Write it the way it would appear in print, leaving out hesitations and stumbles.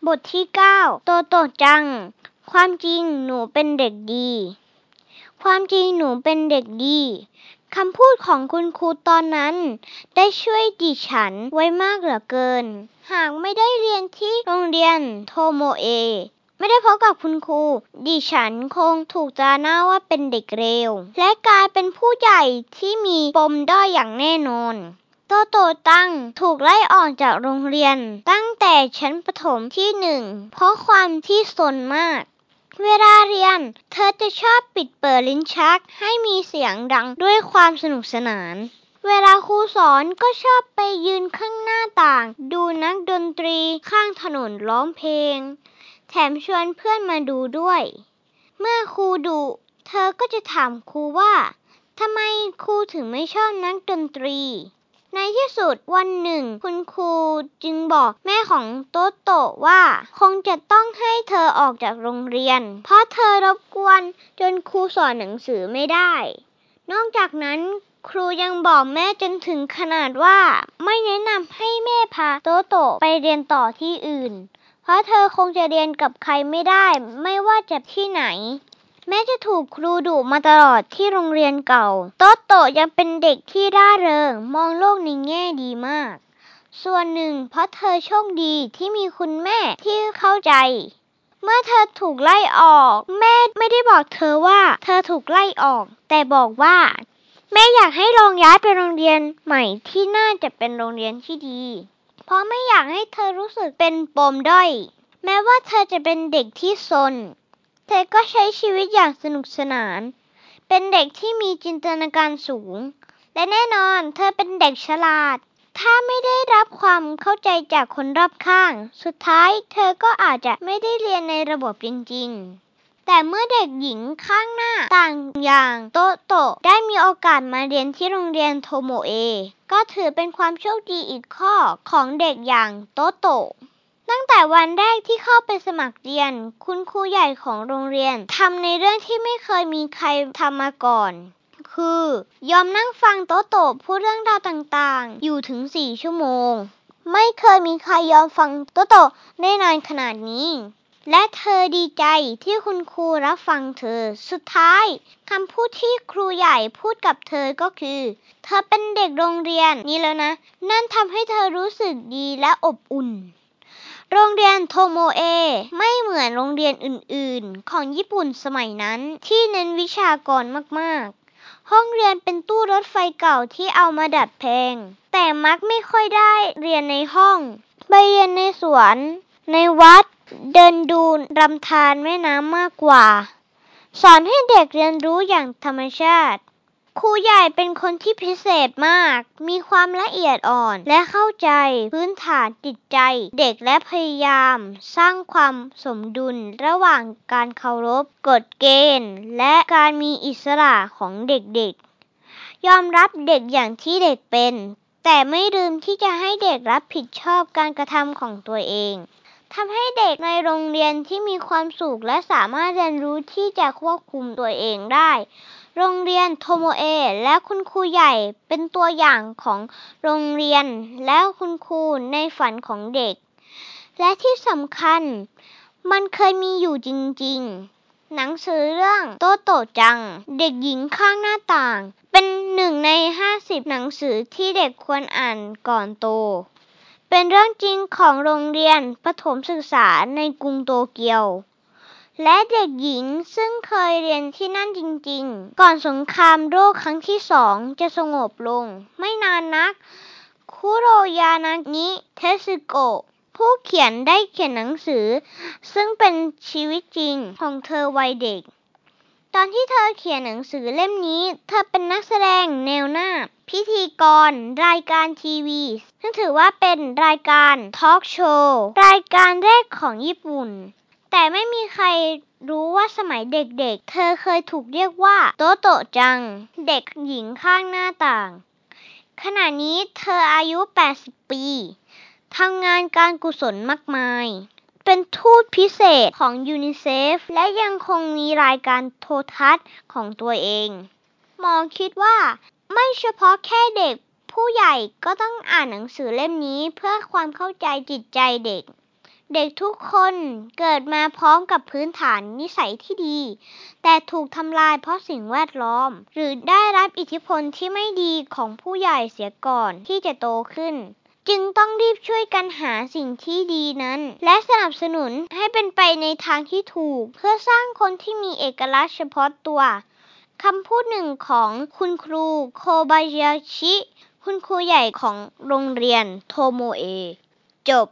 บทที่9โตโตจังความจริงหนูเป็นเด็กดีความจริงหนูเป็นเด็กดีคำพูดของคุณครูตอนนั้นได้ช่วยดิฉันไว้มากเหลือเกินหากไม่ได้เรียนที่โรงเรียนโทโมเอไม่ได้พบกับคุณครูดิฉันคงถูกตราหน้าว่าเป็นเด็กเลวและกลายเป็นผู้ใหญ่ที่มีปมด้อยอย่างแน่นอนโตโตตั้งถูกไล่ออกจากโรงเรียนตั้งแต่ชั้นประถมที่1เพราะความที่ซนมากเวลาเรียนเธอจะชอบปิดเปิดลิ้นชักให้มีเสียงดังด้วยความสนุกสนานเวลาครูสอนก็ชอบไปยืนข้างหน้าต่างดูนักดนตรีข้างถนนร้องเพลงแถมชวนเพื่อนมาดูด้วยเมื่อครูดุเธอก็จะถามครูว่าทำไมครูถึงไม่ชอบนักดนตรีในที่สุดวันหนึ่งคุณครูจึงบอกแม่ของโตโตว่าคงจะต้องให้เธอออกจากโรงเรียนเพราะเธอรบกวนจนครูสอนหนังสือไม่ได้นอกจากนั้นครูยังบอกแม่จนถึงขนาดว่าไม่แนะนำให้แม่พาโตโตไปเรียนต่อที่อื่นเพราะเธอคงจะเรียนกับใครไม่ได้ไม่ว่าจะที่ไหนแม้จะถูกครูดุมาตลอดที่โรงเรียนเก่าโตโตยังเป็นเด็กที่ร่าเริงมองโลกในแง่ดีมากส่วนหนึ่งเพราะเธอโชคดีที่มีคุณแม่ที่เข้าใจเมื่อเธอถูกไล่ออกแม่ไม่ได้บอกเธอว่าเธอถูกไล่ออกแต่บอกว่าแม่อยากให้ลองย้ายไปโรงเรียนใหม่ที่น่าจะเป็นโรงเรียนที่ดีเพราะไม่อยากให้เธอรู้สึกเป็นปมด้อยแม้ว่าเธอจะเป็นเด็กที่ซนเธอก็ใช้ชีวิตอย่างสนุกสนานเป็นเด็กที่มีจินตนาการสูงและแน่นอนเธอเป็นเด็กฉลาดถ้าไม่ได้รับความเข้าใจจากคนรอบข้างสุดท้ายเธอก็อาจจะไม่ได้เรียนในระบบจริงๆแต่เมื่อเด็กหญิงข้างหน้าต่างอย่างโตโตได้มีโอกาสมาเรียนที่โรงเรียนโทโมเอก็ถือเป็นความโชคดีอีกข้อของเด็กอย่างโตโตตั้งแต่วันแรกที่เข้าไปสมัครเรียนคุณครูใหญ่ของโรงเรียนทำในเรื่องที่ไม่เคยมีใครทำมาก่อนคือยอมนั่งฟังโตโตพูดเรื่องราวต่างๆอยู่ถึง4 ชั่วโมงไม่เคยมีใครยอมฟังโตโตได้นานขนาดนี้และเธอดีใจที่คุณครูรับฟังเธอสุดท้ายคำพูดที่ครูใหญ่พูดกับเธอก็คือเธอเป็นเด็กโรงเรียนนี้แล้วนะนั่นทำให้เธอรู้สึกดีและอบอุ่นโรงเรียนโทโมเอไม่เหมือนโรงเรียนอื่นๆของญี่ปุ่นสมัยนั้นที่เน้นวิชากรมากๆห้องเรียนเป็นตู้รถไฟเก่าที่เอามาดัดแปลงแต่มักไม่ค่อยได้เรียนในห้องไปเรียนในสวนในวัดเดินดูลำธารแม่น้ำมากกว่าสอนให้เด็กเรียนรู้อย่างธรรมชาติครูใหญ่เป็นคนที่พิเศษมากมีความละเอียดอ่อนและเข้าใจพื้นฐานจิตใจเด็กและพยายามสร้างความสมดุลระหว่างการเคารพกฎเกณฑ์และการมีอิสระของเด็กๆยอมรับเด็กอย่างที่เด็กเป็นแต่ไม่ลืมที่จะให้เด็กรับผิดชอบการกระทำของตัวเองทำให้เด็กในโรงเรียนที่มีความสุขและสามารถเรียนรู้ที่จะควบคุมตัวเองได้โรงเรียนโทโมเอและคุณครูใหญ่เป็นตัวอย่างของโรงเรียนและคุณครูในฝันของเด็กและที่สำคัญมันเคยมีอยู่จริงๆหนังสือเรื่องโตโตจังเด็กหญิงข้างหน้าต่างเป็น1 ใน 50หนังสือที่เด็กควรอ่านก่อนโตเป็นเรื่องจริงของโรงเรียนประถมศึกษาในกรุงโตเกียวและเด็กหญิงซึ่งเคยเรียนที่นั่นจริงๆก่อนสงครามโลกครั้งที่2จะสงบลงไม่นานนักคุโรยานางิเทสึโกะผู้เขียนได้เขียนหนังสือซึ่งเป็นชีวิตจริงของเธอวัยเด็กตอนที่เธอเขียนหนังสือเล่มนี้เธอเป็นนักแสดงแนวหน้าพิธีกรรายการทีวีซึ่งถือว่าเป็นรายการทอล์กโชว์รายการแรกของญี่ปุ่นแต่ไม่มีใครรู้ว่าสมัยเด็กๆเธอเคยถูกเรียกว่าโตโตจังเด็กหญิงข้างหน้าต่างขณะนี้เธออายุ80 ปีทำงานการกุศลมากมายเป็นทูตพิเศษของยูนิเซฟและยังคงมีรายการโทรทัศน์ของตัวเองหมอคิดว่าไม่เฉพาะแค่เด็กผู้ใหญ่ก็ต้องอ่านหนังสือเล่มนี้เพื่อความเข้าใจจิตใจเด็กเด็กทุกคนเกิดมาพร้อมกับพื้นฐานนิสัยที่ดีแต่ถูกทำลายเพราะสิ่งแวดล้อมหรือได้รับอิทธิพลที่ไม่ดีของผู้ใหญ่เสียก่อนที่จะโตขึ้นจึงต้องรีบช่วยกันหาสิ่งที่ดีนั้นและสนับสนุนให้เป็นไปในทางที่ถูกเพื่อสร้างคนที่มีเอกลักษณ์เฉพาะตัวคำพูดหนึ่งของคุณครูโคบายาชิคุณครูใหญ่ของโรงเรียนโทโมเอจบ